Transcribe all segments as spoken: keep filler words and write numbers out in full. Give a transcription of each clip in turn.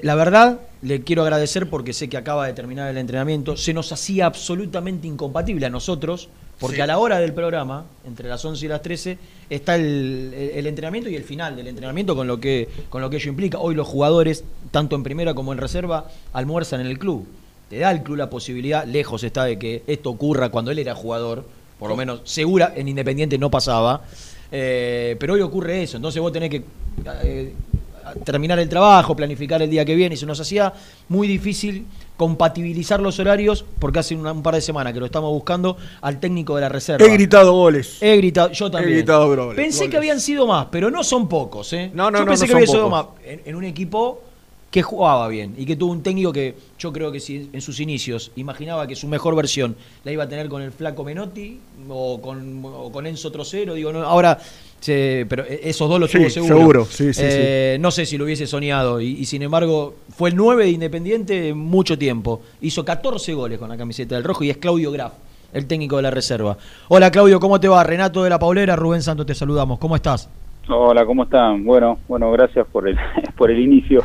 la verdad, le quiero agradecer porque sé que acaba de terminar el entrenamiento. Se nos hacía absolutamente incompatible a nosotros, porque sí. A la hora del programa, entre las once y las trece, está el, el, el entrenamiento y el final del entrenamiento con lo que con lo que ello implica. Hoy los jugadores, tanto en primera como en reserva, almuerzan en el club. Te da el club la posibilidad, lejos está de que esto ocurra cuando él era jugador, por lo menos segura, en Independiente no pasaba, eh, pero hoy ocurre eso, entonces vos tenés que eh, terminar el trabajo, planificar el día que viene, y se nos hacía muy difícil compatibilizar los horarios, porque hace una, un par de semanas que lo estamos buscando al técnico de la reserva. He gritado goles. He gritado, yo también. He gritado goles. Pensé goles. que habían sido más, pero no son pocos, ¿eh? No, no, yo no, pensé no que había son sido pocos. más. En, en un equipo que jugaba bien y que tuvo un técnico que yo creo que si en sus inicios imaginaba que su mejor versión la iba a tener con el flaco Menotti o con, o con Enzo Trocero, digo, no, ahora se, pero esos dos los sí, tuvo seguro. seguro. Sí, sí, eh, sí. No sé si lo hubiese soñado y, y sin embargo fue el nueve de Independiente mucho tiempo. Hizo catorce goles con la camiseta del rojo y es Claudio Graf, el técnico de la reserva. Hola Claudio, ¿cómo te va? Renato de la Paulera, Rubén Santos, te saludamos. ¿Cómo estás? Hola, ¿cómo están? Bueno, bueno, gracias por el por el inicio.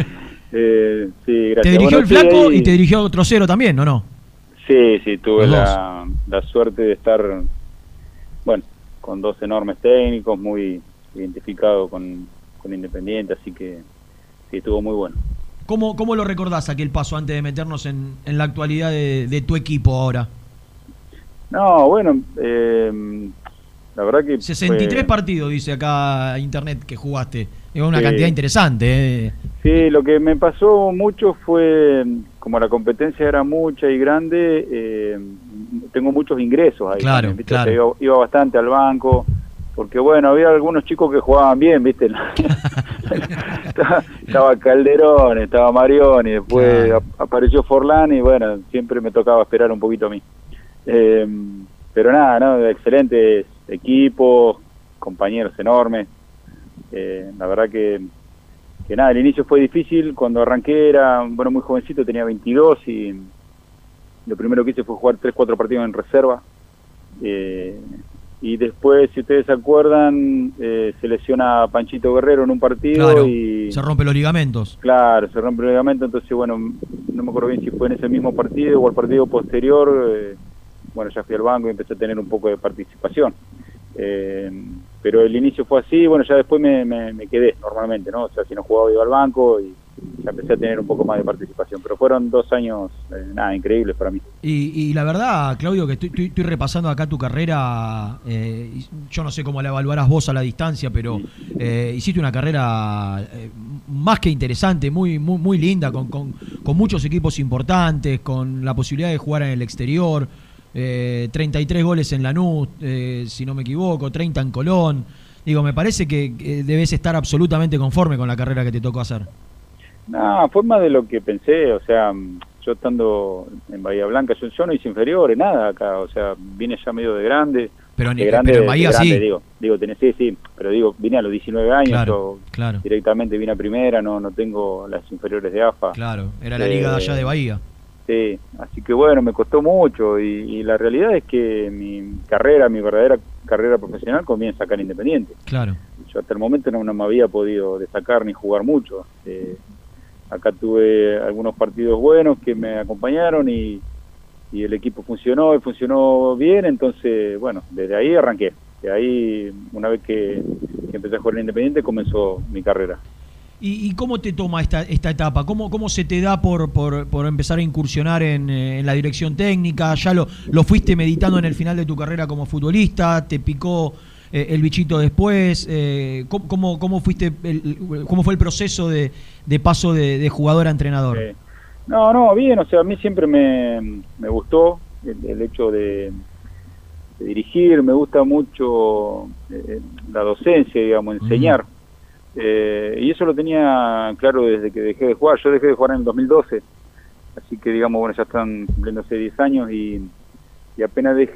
eh, sí, gracias. Te dirigió bueno, el flaco sí, y te dirigió Trocero también, ¿no? no? Sí, sí, tuve Los la, la suerte de estar, bueno, con dos enormes técnicos, muy identificado con, con Independiente, así que sí, estuvo muy bueno. ¿Cómo, cómo lo recordás aquel paso antes de meternos en, en la actualidad de, de tu equipo ahora? No, bueno, eh, la verdad que sesenta y tres fue... partidos, dice acá internet, que jugaste. Es una sí. cantidad interesante. ¿eh? Sí, lo que me pasó mucho fue, como la competencia era mucha y grande, eh, tengo muchos ingresos ahí. Claro, también, claro. Iba, iba bastante al banco, porque bueno, había algunos chicos que jugaban bien, ¿viste? estaba, estaba Calderón, estaba Marioni, después Claro. apareció Forlán y bueno, siempre me tocaba esperar un poquito a mí. Eh, pero nada, ¿no? Excelentes equipos, compañeros enormes. Eh, la verdad que, que nada, el inicio fue difícil. Cuando arranqué era, bueno, muy jovencito, tenía veintidós y lo primero que hice fue jugar tres cuatro partidos en reserva. Eh, y después, si ustedes se acuerdan, eh, se lesiona a Panchito Guerrero en un partido. Claro, y se rompe los ligamentos. Claro, se rompe el ligamento, entonces bueno, no me acuerdo bien si fue en ese mismo partido o el partido posterior. Eh, bueno, ya fui al banco y empecé a tener un poco de participación. Eh, pero el inicio fue así, bueno, ya después me, me, me quedé normalmente, ¿no? O sea, si no jugaba iba al banco y ya empecé a tener un poco más de participación, pero fueron dos años, eh, nada, increíbles para mí. Y, y la verdad, Claudio, que estoy, estoy, estoy repasando acá tu carrera, eh, yo no sé cómo la evaluarás vos a la distancia, pero eh, hiciste una carrera eh, más que interesante, muy muy muy linda, con, con, con muchos equipos importantes, con la posibilidad de jugar en el exterior. Eh, treinta y tres goles en Lanús, eh, si no me equivoco, treinta en Colón. Digo, me parece que, que debes estar absolutamente conforme con la carrera que te tocó hacer. No, fue más de lo que pensé, o sea, yo estando en Bahía Blanca, yo, yo no hice inferiores, nada acá, o sea, vine ya medio de grande. Pero, de grande, pero en Bahía de grande, sí. Digo, digo tenés, sí, sí, pero digo, vine a los diecinueve años, claro, yo claro. directamente vine a primera, no no tengo las inferiores de A F A. Claro, era la eh, liga de allá de Bahía. Sí, así que bueno, me costó mucho y, y la realidad es que mi carrera, mi verdadera carrera profesional comienza acá en Independiente. Claro. Yo hasta el momento no, no me había podido destacar ni jugar mucho. Eh, acá tuve algunos partidos buenos que me acompañaron y, y el equipo funcionó y funcionó bien, entonces bueno, desde ahí arranqué. De ahí, una vez que, que empecé a jugar en Independiente, comenzó mi carrera. ¿Y, y cómo te toma esta, esta etapa? ¿Cómo, cómo se te da por, por, por empezar a incursionar en, en la dirección técnica? ¿Ya lo, lo fuiste meditando en el final de tu carrera como futbolista? ¿Te picó eh, el bichito después? Eh, ¿cómo, cómo, cómo, fuiste el, ¿Cómo fue el proceso de, de paso de, de jugador a entrenador? Eh, no, no, bien, o sea, a mí siempre me, me gustó el, el hecho de, de dirigir, me gusta mucho eh, la docencia, digamos, enseñar. Mm. Eh, y eso lo tenía claro desde que dejé de jugar. Yo dejé de jugar en el dos mil doce, así que digamos, bueno, ya están cumpliéndose diez años y, y apenas dejé,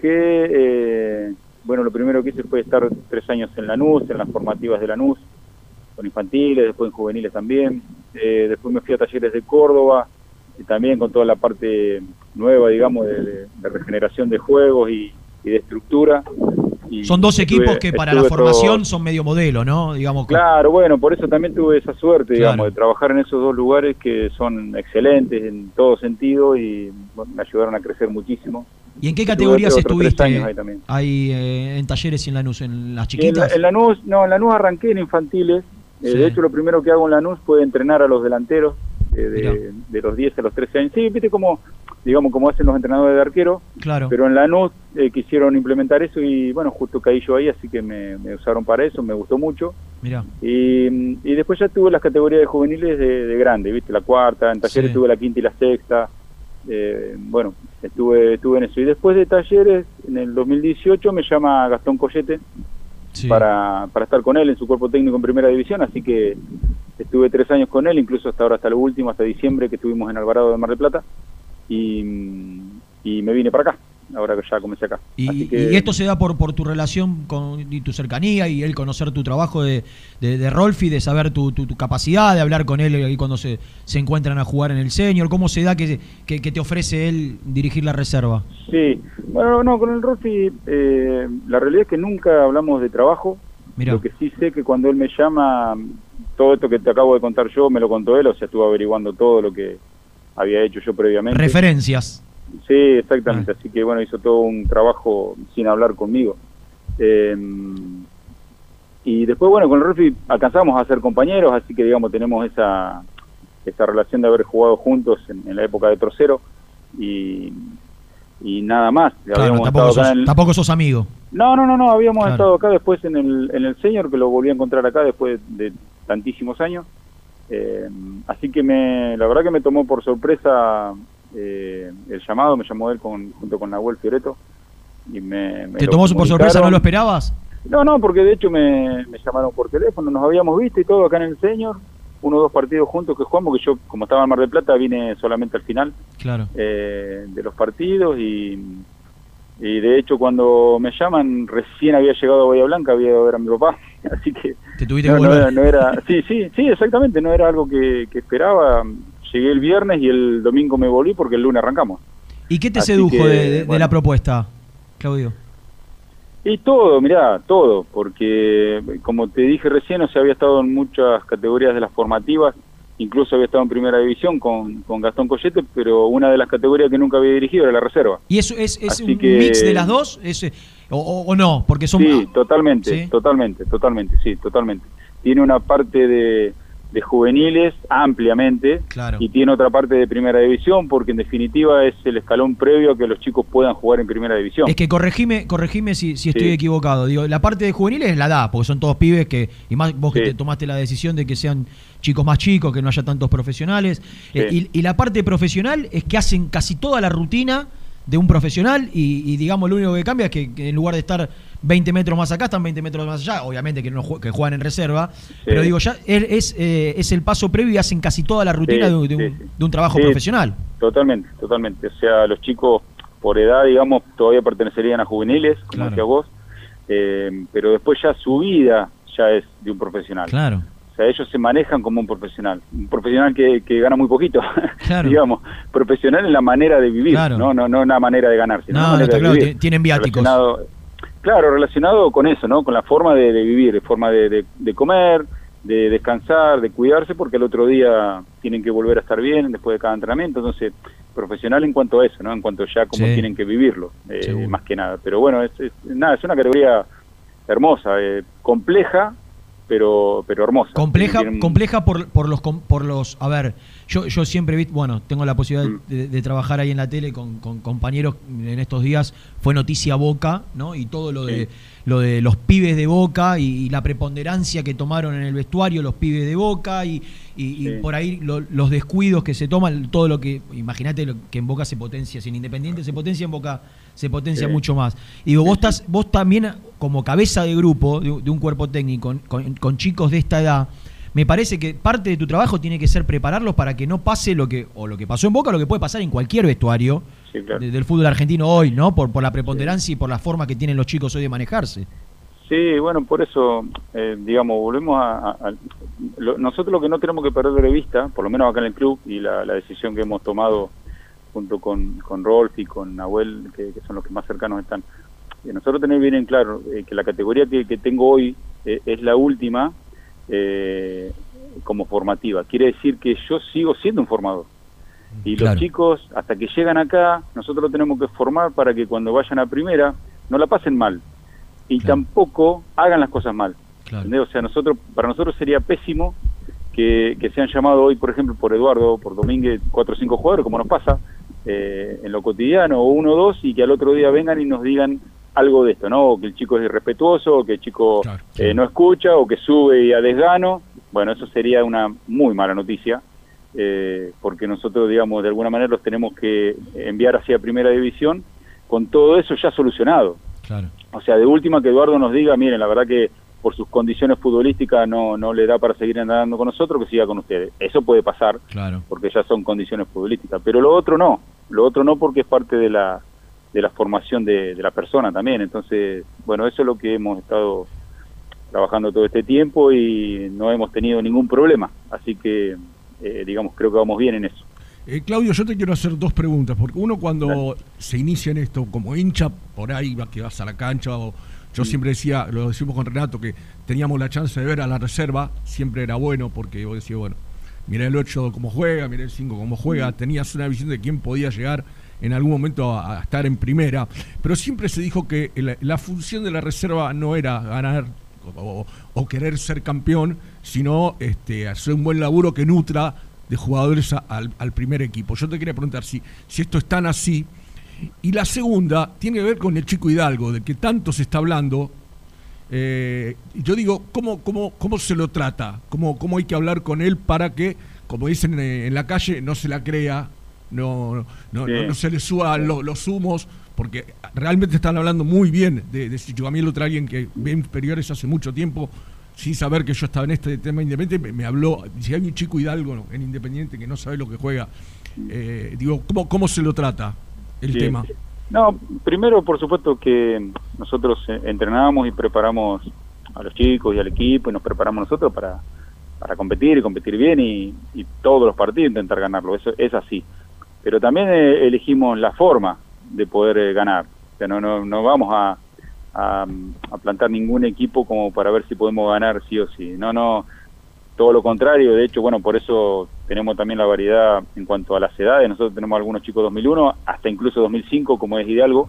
eh, bueno, lo primero que hice fue estar tres años en Lanús, en las formativas de Lanús, con infantiles, después en juveniles también, eh, después me fui a Talleres de Córdoba, y también con toda la parte nueva, digamos, de, de, de regeneración de juegos y, y de estructura. y son dos estuve, equipos que para la formación todo... son medio modelo, ¿no? Digamos. Claro, bueno, por eso también tuve esa suerte, digamos, claro. de trabajar en esos dos lugares que son excelentes en todo sentido y bueno, me ayudaron a crecer muchísimo. ¿Y en qué categorías estuviste ahí, también. ahí eh, en Talleres y en Lanús? ¿En las chiquitas? En, en Lanús, no, en Lanús arranqué en infantiles. Eh, sí. De hecho, lo primero que hago en Lanús fue entrenar a los delanteros eh, de, de los diez a los trece años. Sí, viste cómo, digamos, como hacen los entrenadores de arquero. Claro. Pero en Lanús eh, quisieron implementar eso y, bueno, justo caí yo ahí, así que me, me usaron para eso, me gustó mucho. Mirá. Y, y después ya tuve las categorías de juveniles de, de grande, viste, la cuarta, en Talleres sí. tuve la quinta y la sexta. Eh, bueno, estuve, estuve en eso. Y después de Talleres, en el dos mil dieciocho, me llama Gastón Collete sí. para, para estar con él en su cuerpo técnico en primera división, así que estuve tres años con él, incluso hasta ahora, hasta lo último, hasta diciembre, que estuvimos en Alvarado de Mar del Plata, y, y me vine para acá, ahora que ya comencé acá. Y, así que, y esto se da por, por tu relación con, y tu cercanía, y él conocer tu trabajo de, de, de Rolfi, de saber tu, tu, tu capacidad, de hablar con él ahí cuando se, se encuentran a jugar en el senior. ¿Cómo se da que, que, que te ofrece él dirigir la reserva? Sí, bueno, no, con el Rolfi, eh, la realidad es que nunca hablamos de trabajo. Mirá. Lo que sí sé que cuando él me llama, todo esto que te acabo de contar yo, me lo contó él, o sea, estuvo averiguando todo lo que había hecho yo previamente. Referencias. Sí, exactamente, ah. así que bueno, hizo todo un trabajo sin hablar conmigo. Eh, y después, bueno, con el Rolfi alcanzamos a ser compañeros, así que digamos, tenemos esa, esa relación de haber jugado juntos en, en la época de Trocero, y, y nada más. Claro, tampoco sos, el... tampoco sos amigo. No, no, no, no, habíamos claro. estado acá después en el, en el senior, que lo volví a encontrar acá después de tantísimos años. Eh, así que me, la verdad que me tomó por sorpresa eh, el llamado, me llamó él con, junto con Nahuel Fioreto. Y me, me ¿Te tomó por sorpresa? ¿No lo esperabas? No, no, porque de hecho me, me llamaron por teléfono, nos habíamos visto y todo acá en el senior, uno o dos partidos juntos que jugamos, que yo, como estaba en Mar del Plata, vine solamente al final claro. eh, de los partidos y... Y de hecho cuando me llaman, recién había llegado a Bahía Blanca, había ido a ver a mi papá, así que... ¿Te tuviste no, que volver? No, no era, sí, sí, sí, exactamente, no era algo que, que esperaba. Llegué el viernes y el domingo me volví porque el lunes arrancamos. ¿Y qué te así sedujo que, de, de, bueno, de la propuesta, Claudio? Y todo, mirá, todo, porque como te dije recién, o sea, había estado en muchas categorías de las formativas, incluso había estado en primera división con, con Gastón Collete, pero una de las categorías que nunca había dirigido era la reserva. ¿Y eso es, es un que, mix de las dos? ¿Es, o, o, ¿O no? Porque son... Sí, totalmente, ¿sí? totalmente, totalmente, sí, totalmente. Tiene una parte de, de juveniles ampliamente claro. y tiene otra parte de primera división, porque en definitiva es el escalón previo a que los chicos puedan jugar en primera división. Es que corregime, corregime si, si estoy sí. equivocado. Digo, la parte de juveniles es la edad, porque son todos pibes que, y más vos sí. que te tomaste la decisión de que sean chicos más chicos, que no haya tantos profesionales. Sí. Eh, y, y la parte profesional es que hacen casi toda la rutina de un profesional y, y digamos lo único que cambia es que, que en lugar de estar veinte metros más acá, están veinte metros más allá, obviamente que no que juegan en reserva, sí. pero digo, ya es, es, eh, es el paso previo y hacen casi toda la rutina sí, de, de, un, sí, sí. de un trabajo sí, profesional. Totalmente, totalmente. O sea, los chicos por edad, digamos, todavía pertenecerían a juveniles, como claro. decía vos, eh, pero después ya su vida ya es de un profesional. Claro. O sea, ellos se manejan como un profesional, un profesional que, que gana muy poquito, claro. digamos, profesional en la manera de vivir, claro. no no no una manera de ganar, sino no, una manera no, está de claro, vivir. Tienen viáticos. Relacionado, claro, relacionado con eso, ¿no? Con la forma de, de vivir, forma de, de, de comer, de descansar, de cuidarse, porque el otro día tienen que volver a estar bien después de cada entrenamiento, entonces, profesional en cuanto a eso, ¿no? En cuanto ya cómo sí. tienen que vivirlo, eh, más que nada. Pero bueno, es, es nada, es una categoría hermosa, eh, compleja, pero pero hermosa. Compleja, Tienen... compleja por, por los por los a ver, yo yo siempre vi, bueno, tengo la posibilidad mm. de, de trabajar ahí en la tele con, con compañeros en estos días, fue noticia Boca, ¿no? Y todo lo de sí. lo de los pibes de Boca y, y la preponderancia que tomaron en el vestuario los pibes de Boca y, y, sí. y por ahí lo, los descuidos que se toman, todo lo que, imagínate lo que en Boca se potencia, si en Independiente se potencia, en Boca se potencia sí. mucho más. Y digo, vos estás, vos también como cabeza de grupo, de, de un cuerpo técnico, con, con chicos de esta edad, me parece que parte de tu trabajo tiene que ser prepararlos para que no pase lo que, o lo que pasó en Boca, o lo que puede pasar en cualquier vestuario sí, claro. de, del fútbol argentino hoy, ¿no? Por, por la preponderancia sí. y por la forma que tienen los chicos hoy de manejarse. Sí, bueno, por eso, eh, digamos, volvemos a... a, a lo, nosotros lo que no tenemos que perder de vista, por lo menos acá en el club, y la, la decisión que hemos tomado junto con, con Rolf y con Nahuel, que, que son los que más cercanos están, eh, nosotros tenemos bien en claro eh, que la categoría que, que tengo hoy eh, es la última eh, como formativa. Quiere decir que yo sigo siendo un formador. Y claro. Los chicos, hasta que llegan acá, nosotros los tenemos que formar para que cuando vayan a primera no la pasen mal. Y claro. tampoco hagan las cosas mal. Claro. O sea, nosotros para nosotros sería pésimo que, que sean llamados hoy, por ejemplo, por Eduardo, por Domínguez, cuatro o cinco jugadores, como nos pasa eh, en lo cotidiano, o uno o dos, y que al otro día vengan y nos digan algo de esto, ¿no? O que el chico es irrespetuoso, o que el chico claro, claro. Eh, no escucha, o que sube y a desgano. Bueno, eso sería una muy mala noticia, eh, porque nosotros, digamos, de alguna manera los tenemos que enviar hacia Primera División con todo eso ya solucionado. Claro. O sea, de última que Eduardo nos diga, miren, la verdad que por sus condiciones futbolísticas no no le da para seguir andando con nosotros, que siga con ustedes. Eso puede pasar, claro. porque ya son condiciones futbolísticas. Pero lo otro no, lo otro no porque es parte de la de la formación de, de la persona también. Entonces, bueno, eso es lo que hemos estado trabajando todo este tiempo y no hemos tenido ningún problema. Así que, eh, digamos, creo que vamos bien en eso. Eh, Claudio, yo te quiero hacer dos preguntas, porque uno cuando Dale. se inicia en esto como hincha, por ahí va que vas a la cancha, o yo sí. siempre decía, lo decimos con Renato, que teníamos la chance de ver a la reserva, siempre era bueno, porque vos decías, bueno, mirá el ocho cómo juega, mirá el cinco cómo juega, sí. tenías una visión de quién podía llegar en algún momento a, a estar en primera, pero siempre se dijo que la, la función de la reserva no era ganar o, o querer ser campeón, sino este, hacer un buen laburo que nutra de jugadores a, al, al primer equipo. Yo te quería preguntar si, si esto es tan así. Y la segunda tiene que ver con el Chico Hidalgo, del que tanto se está hablando. Eh, yo digo, ¿cómo, cómo, cómo se lo trata? ¿Cómo, ¿Cómo hay que hablar con él para que, como dicen en la calle, no se la crea, no, no, sí. no, no se le suban los, los humos? Porque realmente están hablando muy bien de, de Chico. A mí el otro alguien que ve inferiores hace mucho tiempo, sin saber que yo estaba en este tema Independiente, me, me habló, si hay un Chico Hidalgo en Independiente que no sabe lo que juega, eh, digo, ¿cómo, ¿cómo se lo trata el sí. tema? No, primero, por supuesto que nosotros entrenamos y preparamos a los chicos y al equipo, y nos preparamos nosotros para, para competir y competir bien, y, y todos los partidos intentar ganarlo, eso es así. Pero también eh, elegimos la forma de poder eh, ganar, o sea, no, no, no vamos a A, a plantar ningún equipo como para ver si podemos ganar sí o sí. No, no, todo lo contrario. De hecho, bueno, por eso tenemos también la variedad en cuanto a las edades. Nosotros tenemos algunos chicos dos mil uno, hasta incluso dos mil cinco, como es Hidalgo,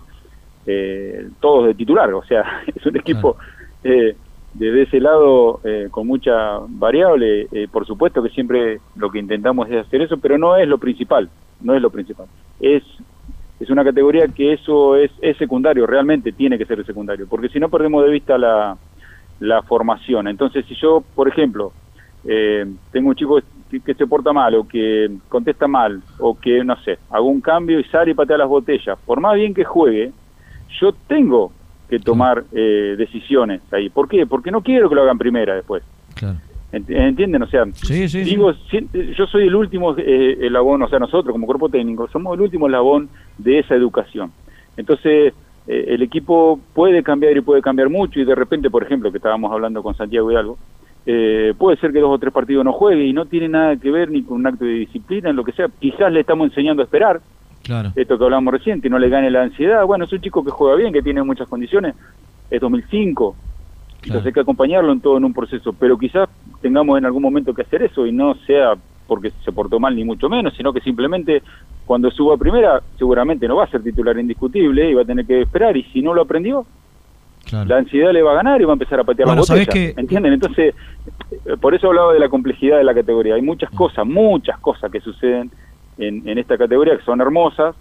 eh, todos de titular. O sea, es un equipo eh, desde ese lado eh, con mucha variable. Eh, por supuesto que siempre lo que intentamos es hacer eso, pero no es lo principal. No es lo principal. Es Es una categoría que eso es, es secundario, realmente tiene que ser secundario, porque si no perdemos de vista la, la formación. Entonces, si yo, por ejemplo, eh, tengo un chico que, que se porta mal, o que contesta mal, o que, no sé, hago un cambio y sale y patea las botellas, por más bien que juegue, yo tengo que tomar eh, decisiones ahí. ¿Por qué? Porque no quiero que lo hagan primera después. Claro. ¿Entienden? O sea, sí, sí, digo, sí. yo soy el último eh, eslabón, o sea, nosotros como cuerpo técnico somos el último eslabón de esa educación. Entonces, eh, el equipo puede cambiar y puede cambiar mucho, y de repente, por ejemplo, que estábamos hablando con Santiago Hidalgo, eh, puede ser que dos o tres partidos no juegue y no tiene nada que ver ni con un acto de disciplina, en lo que sea. Quizás le estamos enseñando a esperar, claro. esto que hablamos recién, que no le gane la ansiedad. Bueno, es un chico que juega bien, que tiene muchas condiciones, es dos mil cinco, claro. Entonces hay que acompañarlo en todo en un proceso, pero quizás tengamos en algún momento que hacer eso, y no sea porque se portó mal ni mucho menos, sino que simplemente cuando suba a primera seguramente no va a ser titular indiscutible y va a tener que esperar, y si no lo aprendió, claro. la ansiedad le va a ganar y va a empezar a patear bueno, las botellas, que... ¿entienden? Entonces, por eso hablaba de la complejidad de la categoría. Hay muchas cosas, muchas cosas que suceden en, en esta categoría que son hermosas,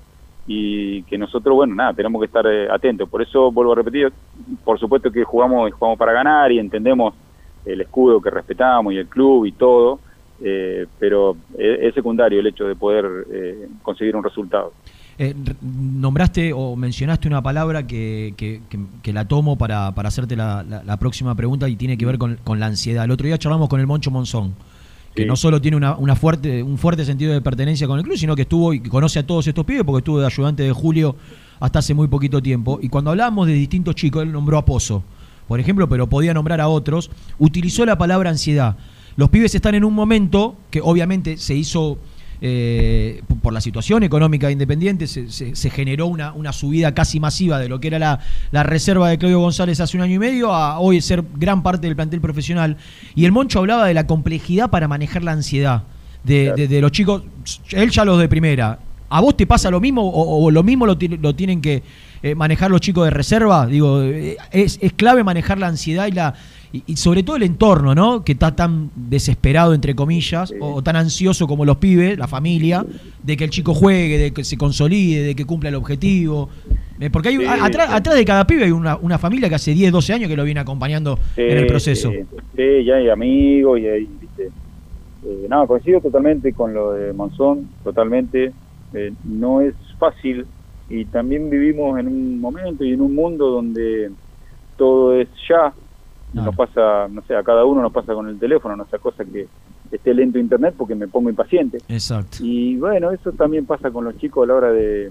y que nosotros, bueno, nada, tenemos que estar eh, atentos. Por eso, vuelvo a repetir, por supuesto que jugamos, jugamos para ganar y entendemos el escudo que respetamos y el club y todo, eh, pero es, es secundario el hecho de poder eh, conseguir un resultado. Eh, nombraste o mencionaste una palabra que, que, que, que la tomo para, para hacerte la, la, la próxima pregunta, y tiene que ver con, con la ansiedad. El otro día charlamos con el Moncho Monzón, que sí. no solo tiene una, una fuerte, un fuerte sentido de pertenencia con el club, sino que estuvo y conoce a todos estos pibes, porque estuvo de ayudante de Julio hasta hace muy poquito tiempo. Y cuando hablábamos de distintos chicos, él nombró a Pozo, por ejemplo, pero podía nombrar a otros, utilizó la palabra ansiedad. Los pibes están en un momento que obviamente se hizo eh, por la situación económica de Independiente, se, se, se generó una, una subida casi masiva de lo que era la, la reserva de Claudio González hace un año y medio a hoy ser gran parte del plantel profesional. Y el Moncho hablaba de la complejidad para manejar la ansiedad de, claro. de, de los chicos, él ya los de primera. ¿A vos te pasa lo mismo o, o lo mismo lo, lo tienen que eh, manejar los chicos de reserva? Digo, eh, es, es clave manejar la ansiedad y la y, y sobre todo el entorno, ¿no? Que está tan desesperado, entre comillas, sí. o, o tan ansioso como los pibes, la familia, de que el chico juegue, de que se consolide, de que cumpla el objetivo. Eh, porque hay, sí, a, atrás, sí. atrás de cada pibe hay una, una familia que hace diez, doce años que lo viene acompañando sí, en el proceso. Sí, sí, ya hay amigos y hay... ¿viste? Eh, no, coincido totalmente con lo de Monzón, totalmente. Eh, no es fácil y también vivimos en un momento y en un mundo donde todo es ya, claro. nos pasa, no sé, a cada uno nos pasa con el teléfono, no sea cosa que esté lento internet porque me pongo impaciente. Exacto. Y bueno, eso también pasa con los chicos a la hora de,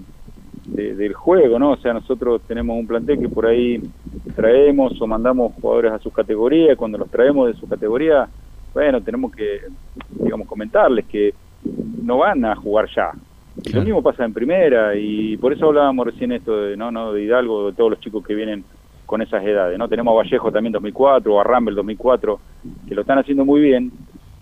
de del juego, ¿no? O sea, nosotros tenemos un plantel que por ahí traemos o mandamos jugadores a sus categorías, cuando los traemos de su categoría, bueno, tenemos que, digamos, comentarles que no van a jugar ya. Y claro. Lo mismo pasa en primera, y por eso hablábamos recién esto de no no de Hidalgo, de todos los chicos que vienen con esas edades, ¿no? Tenemos a Vallejo también dos mil cuatro, o a Rambel dos mil cuatro, que lo están haciendo muy bien,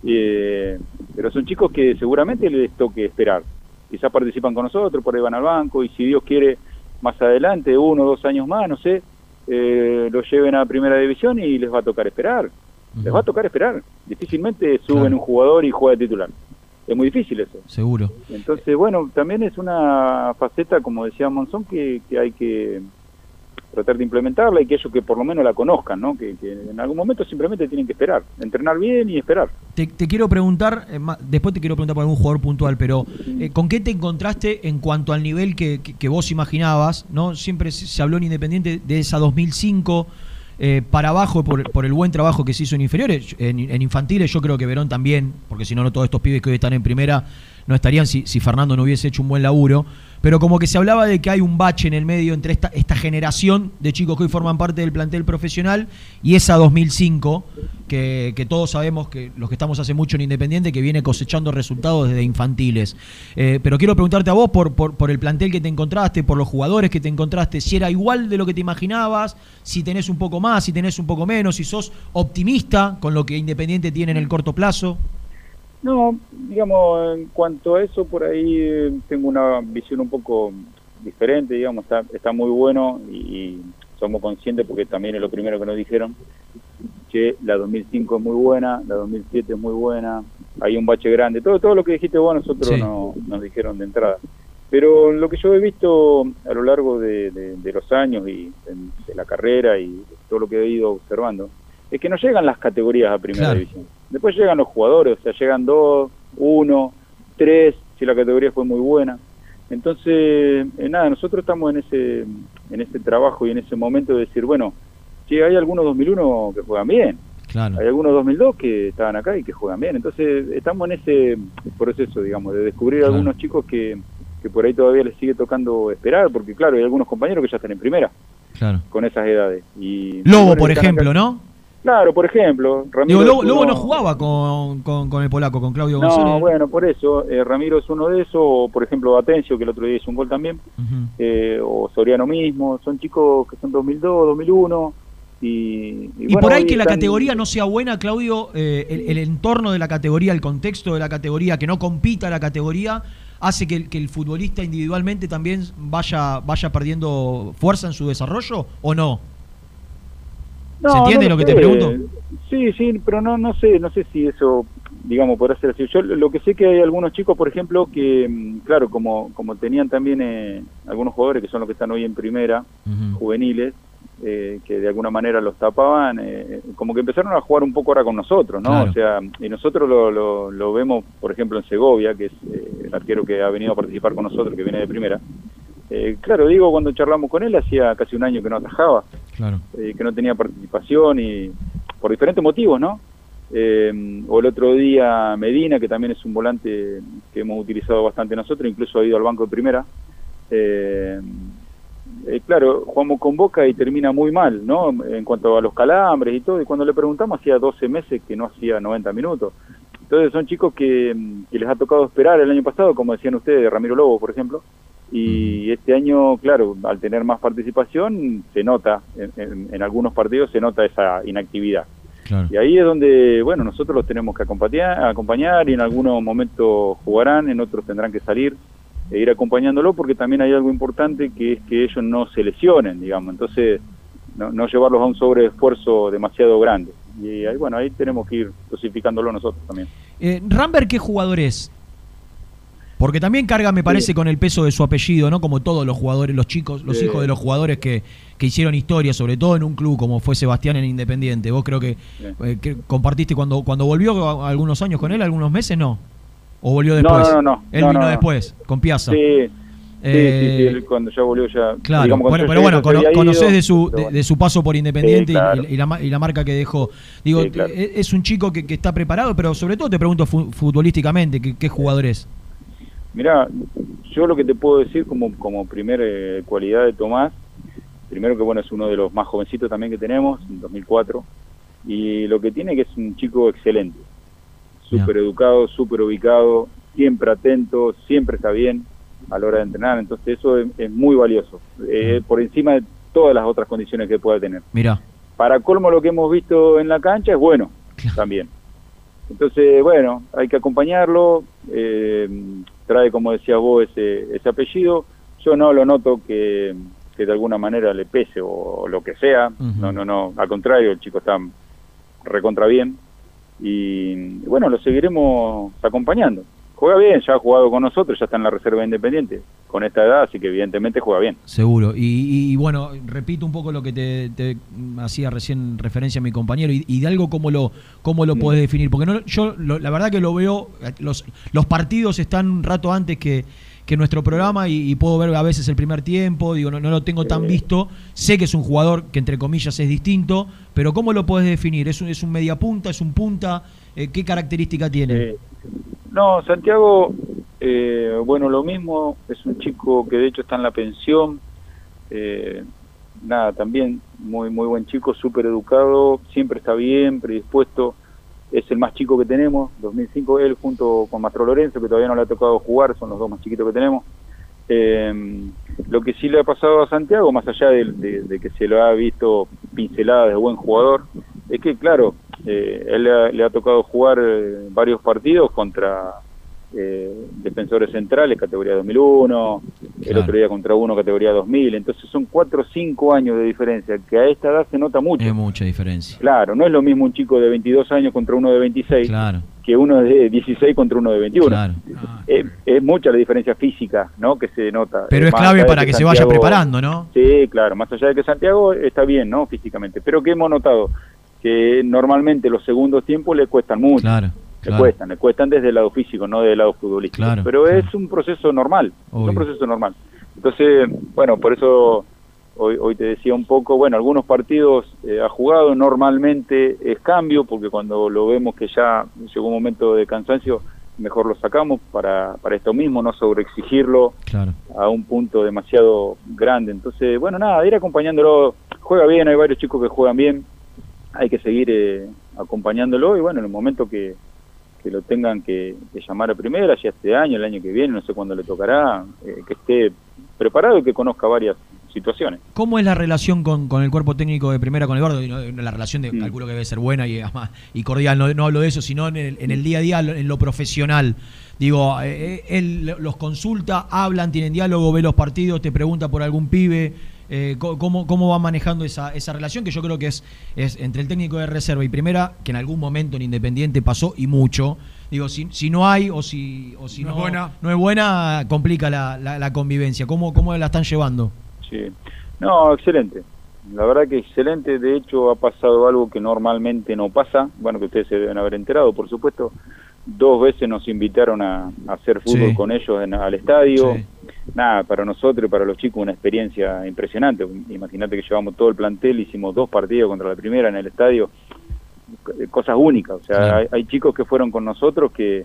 eh, pero son chicos que seguramente les toque esperar. Quizás participan con nosotros, por ahí van al banco, y si Dios quiere, más adelante, uno o dos años más, no sé, eh, lo lleven a primera división y les va a tocar esperar. Uh-huh. Les va a tocar esperar. Difícilmente suben claro. un jugador y juega de titular. Es muy difícil eso. Seguro. Entonces, bueno, también es una faceta, como decía Monzón, que, que hay que tratar de implementarla y que ellos que por lo menos la conozcan, ¿no? Que, que en algún momento simplemente tienen que esperar, entrenar bien y esperar. Te, te quiero preguntar, eh, después te quiero preguntar por algún jugador puntual, pero eh, ¿con qué te encontraste en cuanto al nivel que, que, que vos imaginabas? ¿No? Siempre se, se habló en Independiente de esa dos mil cinco... Eh, para abajo por, por el buen trabajo que se hizo en inferiores, en, en infantiles yo creo que Verón también, porque si no, no todos estos pibes que hoy están en primera no estarían si, si Fernando no hubiese hecho un buen laburo, pero como que se hablaba de que hay un bache en el medio entre esta, esta generación de chicos que hoy forman parte del plantel profesional y esa dos mil cinco, que, que todos sabemos que los que estamos hace mucho en Independiente, que viene cosechando resultados desde infantiles. Eh, pero quiero preguntarte a vos por, por, por el plantel que te encontraste, por los jugadores que te encontraste, si era igual de lo que te imaginabas, si tenés un poco más, si tenés un poco menos, si sos optimista con lo que Independiente tiene en el corto plazo. No, digamos, en cuanto a eso, por ahí eh, tengo una visión un poco diferente, digamos, está, está muy bueno y, y somos conscientes porque también es lo primero que nos dijeron, que la dos mil cinco es muy buena, la dos mil siete es muy buena, hay un bache grande, todo todo lo que dijiste vos nosotros sí. no, nos dijeron de entrada. Pero lo que yo he visto a lo largo de, de, de los años y de, de la carrera y todo lo que he ido observando, es que no llegan las categorías a primera claro. división. Después llegan los jugadores, o sea, llegan dos, uno, tres, si la categoría fue muy buena. Entonces, eh, nada, nosotros estamos en ese en ese trabajo y en ese momento de decir, bueno, sí, hay algunos dos mil uno que juegan bien, claro. hay algunos dos mil dos que estaban acá y que juegan bien. Entonces, estamos en ese proceso, digamos, de descubrir claro. algunos chicos que, que por ahí todavía les sigue tocando esperar, porque claro, hay algunos compañeros que ya están en primera, claro. con esas edades. Y Lobo, bueno, por ejemplo, acá. ¿no? Claro, por ejemplo, Ramiro. Digo, Lobo, Lobo no jugaba con, con, con el polaco, con Claudio González. No, bueno, por eso, eh, Ramiro es uno de esos, o por ejemplo Atencio, que el otro día hizo un gol también, uh-huh. eh, o Soriano mismo, son chicos que son dos mil dos, dos mil uno, y... Y, y bueno, por ahí que están... la categoría no sea buena, Claudio, eh, el, el entorno de la categoría, el contexto de la categoría, que no compita la categoría, hace que el, que el futbolista individualmente también vaya, vaya perdiendo fuerza en su desarrollo, ¿o no? No, ¿Se entiende no lo, lo que sé. te pregunto? Sí, sí, pero no no sé, no sé si eso, digamos, podrá ser así. Yo lo que sé que hay algunos chicos, por ejemplo, que, claro, como como tenían también eh, algunos jugadores que son los que están hoy en primera, uh-huh. juveniles, eh, que de alguna manera los tapaban, eh, como que empezaron a jugar un poco ahora con nosotros, ¿no? Claro. O sea, y nosotros lo, lo, lo vemos, por ejemplo, en Segovia, que es eh, el arquero que ha venido a participar con nosotros, que viene de primera. Eh, claro, digo, cuando charlamos con él, hacía casi un año que no atajaba, claro. eh, que no tenía participación y por diferentes motivos, ¿no? Eh, o el otro día Medina, que también es un volante que hemos utilizado bastante nosotros, incluso ha ido al banco de primera. Eh, eh, claro, jugamos con Boca y termina muy mal, ¿no? En cuanto a los calambres y todo, y cuando le preguntamos hacía doce meses que no hacía noventa minutos. Entonces son chicos que, que les ha tocado esperar el año pasado, como decían ustedes, Ramiro Lobo, por ejemplo, y este año, claro, al tener más participación, se nota, en, en, en algunos partidos se nota esa inactividad. Claro. Y ahí es donde, bueno, nosotros los tenemos que acompañar, acompañar y en algunos momentos jugarán, en otros tendrán que salir e ir acompañándolo, porque también hay algo importante que es que ellos no se lesionen, digamos, entonces no, no llevarlos a un sobreesfuerzo demasiado grande. Y ahí, bueno, ahí tenemos que ir dosificándolo nosotros también. Eh, Rambert, ¿qué jugador es? Porque también carga, me parece, sí, con el peso de su apellido, ¿no? Como todos los jugadores, los chicos, los sí. hijos de los jugadores que, que hicieron historia, sobre todo en un club como fue Sebastián en Independiente. Vos creo que, sí. eh, que compartiste cuando cuando volvió algunos años con él, algunos meses, ¿no? ¿O volvió después? No, no, no. no él no, vino no, no. después, con Piazza. Sí. Eh, sí, sí, sí, él cuando ya volvió ya... Claro, digamos, bueno, pero bueno, cono conocés ido, de, su, de, de su paso por Independiente sí, claro. y, y, la, y la marca que dejó. Digo, sí, claro. es un chico que, que está preparado, pero sobre todo te pregunto fu futbolísticamente, ¿qué, qué jugador es? Mirá, yo lo que te puedo decir como, como primera eh, cualidad de Tomás, primero que bueno, es uno de los más jovencitos también que tenemos, en dos mil cuatro, y lo que tiene que es un chico excelente, súper yeah. educado, súper ubicado, siempre atento, siempre está bien a la hora de entrenar, entonces eso es, es muy valioso, eh, por encima de todas las otras condiciones que pueda tener. Mirá. Para colmo lo que hemos visto en la cancha es bueno, claro. también. Entonces, bueno, hay que acompañarlo, eh, trae, como decías vos, ese, ese apellido. Yo no lo noto que, que de alguna manera le pese o lo que sea. Uh-huh. No, no, no, al contrario, el chico está recontra bien. Y bueno, lo seguiremos acompañando. Juega bien, ya ha jugado con nosotros, ya está en la reserva Independiente con esta edad, así que evidentemente juega bien. Seguro. Y, y, y bueno, repito un poco lo que te, te hacía recién referencia a mi compañero, y, y de algo cómo lo cómo lo mm. podés definir, porque no, yo lo, la verdad que lo veo, los, los partidos están un rato antes que, que nuestro programa y, y puedo ver a veces el primer tiempo, digo, no, no lo tengo tan visto, sé que es un jugador que entre comillas es distinto, pero ¿cómo lo podés definir? ¿Es un, es un media punta, es un punta? Eh, ¿Qué característica tiene? Eh. No, Santiago, eh, bueno, lo mismo, es un chico que de hecho está en la pensión, eh, nada, también muy muy buen chico, súper educado, siempre está bien, predispuesto, es el más chico que tenemos, dos mil cinco él junto con Mastro Lorenzo, que todavía no le ha tocado jugar, son los dos más chiquitos que tenemos. Eh, lo que sí le ha pasado a Santiago, más allá de, de, de que se lo ha visto pinceladas de buen jugador, es que claro, eh, él le ha, le ha tocado jugar eh, varios partidos contra eh, defensores centrales, categoría dos mil uno, claro. el otro día contra uno, categoría dos mil, entonces son cuatro o cinco años de diferencia, que a esta edad se nota mucho. Es mucha diferencia. Claro, no es lo mismo un chico de veintidós años contra uno de veintiséis, claro. que uno de dieciséis contra uno de veintiuno. Claro. Es, es mucha la diferencia física, ¿no?, que se nota. Pero es clave para que, que se vaya preparando, ¿no? Sí, claro, más allá de que Santiago está bien, ¿no?, físicamente, pero que hemos notado que normalmente los segundos tiempos le cuestan mucho. Claro. Le claro. cuestan, le cuestan desde el lado físico, no desde el lado futbolístico. Claro, pero claro. es un proceso normal, Obvio. es un proceso normal. Entonces, bueno, por eso hoy, hoy te decía un poco, bueno, algunos partidos eh, ha jugado, normalmente es cambio, porque cuando lo vemos que ya llegó un momento de cansancio, mejor lo sacamos para, para esto mismo, no sobreexigirlo claro. a un punto demasiado grande. Entonces, bueno, nada, ir acompañándolo, juega bien, hay varios chicos que juegan bien, hay que seguir eh, acompañándolo y bueno, en el momento que que lo tengan que, que llamar a primera, ya este año, el año que viene, no sé cuándo le tocará, eh, que esté preparado y que conozca varias situaciones. ¿Cómo es la relación con, con el cuerpo técnico de primera, con Eduardo? La relación de, mm. calculo que debe ser buena y, y cordial, no, no hablo de eso, sino en el, en el día a día, en lo profesional. Digo, eh, él los consulta, hablan, tienen diálogo, ve los partidos, te pregunta por algún pibe. Eh, ¿cómo, ¿Cómo va manejando esa, esa relación? Que yo creo que es, es entre el técnico de reserva y primera, que en algún momento en Independiente pasó y mucho. Digo, si, si no hay o si, o si no, no, es buena. no es buena, complica la, la, la convivencia. ¿Cómo, ¿Cómo la están llevando? Sí, no, excelente. La verdad que excelente. De hecho, ha pasado algo que normalmente no pasa. Bueno, que ustedes se deben haber enterado, por supuesto. Dos veces nos invitaron a, a hacer fútbol sí. con ellos en, al estadio. Sí. Nada, para nosotros y para los chicos una experiencia impresionante. Imagínate que llevamos todo el plantel, hicimos dos partidos contra la primera en el estadio, cosas únicas. O sea, claro. hay, hay chicos que fueron con nosotros que,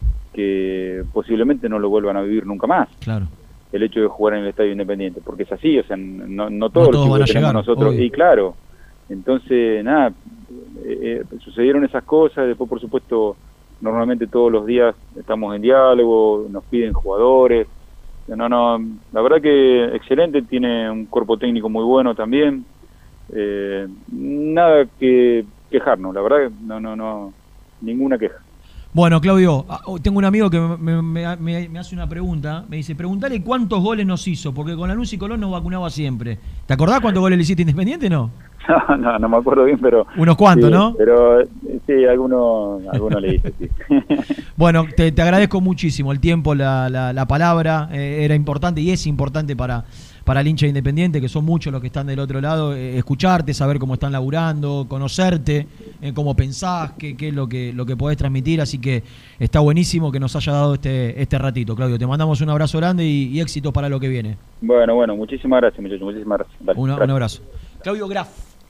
que posiblemente no lo vuelvan a vivir nunca más. Claro. El hecho de jugar en el estadio Independiente, porque es así, o sea, no, no todos no los chicos que tenemos nosotros. Obvio. Y claro, entonces, nada, eh, eh, sucedieron esas cosas, después por supuesto normalmente todos los días estamos en diálogo, nos piden jugadores. No, no, la verdad que excelente, tiene un cuerpo técnico muy bueno también. Eh, nada que quejarnos, la verdad, no, no, no, ninguna queja. Bueno, Claudio, tengo un amigo que me, me, me, me hace una pregunta, me dice, preguntale cuántos goles nos hizo, porque con Lanús y Colón nos vacunaba siempre. ¿Te acordás cuántos goles le hiciste Independiente, no? No, no, no me acuerdo bien, pero... Unos cuantos, sí, ¿no? Pero sí, algunos alguno le hice, sí. Bueno, te, te agradezco muchísimo el tiempo, la, la, la palabra, eh, era importante y es importante para, para el hincha Independiente, que son muchos los que están del otro lado, eh, escucharte, saber cómo están laburando, conocerte, eh, cómo pensás, qué, qué es lo que, lo que podés transmitir, así que está buenísimo que nos haya dado este, este ratito, Claudio. Te mandamos un abrazo grande y, y éxitos para lo que viene. Bueno, bueno, muchísimas gracias, muchachos, muchísimas gracias. Dale, Una, gracias. Un abrazo. Claudio Graf.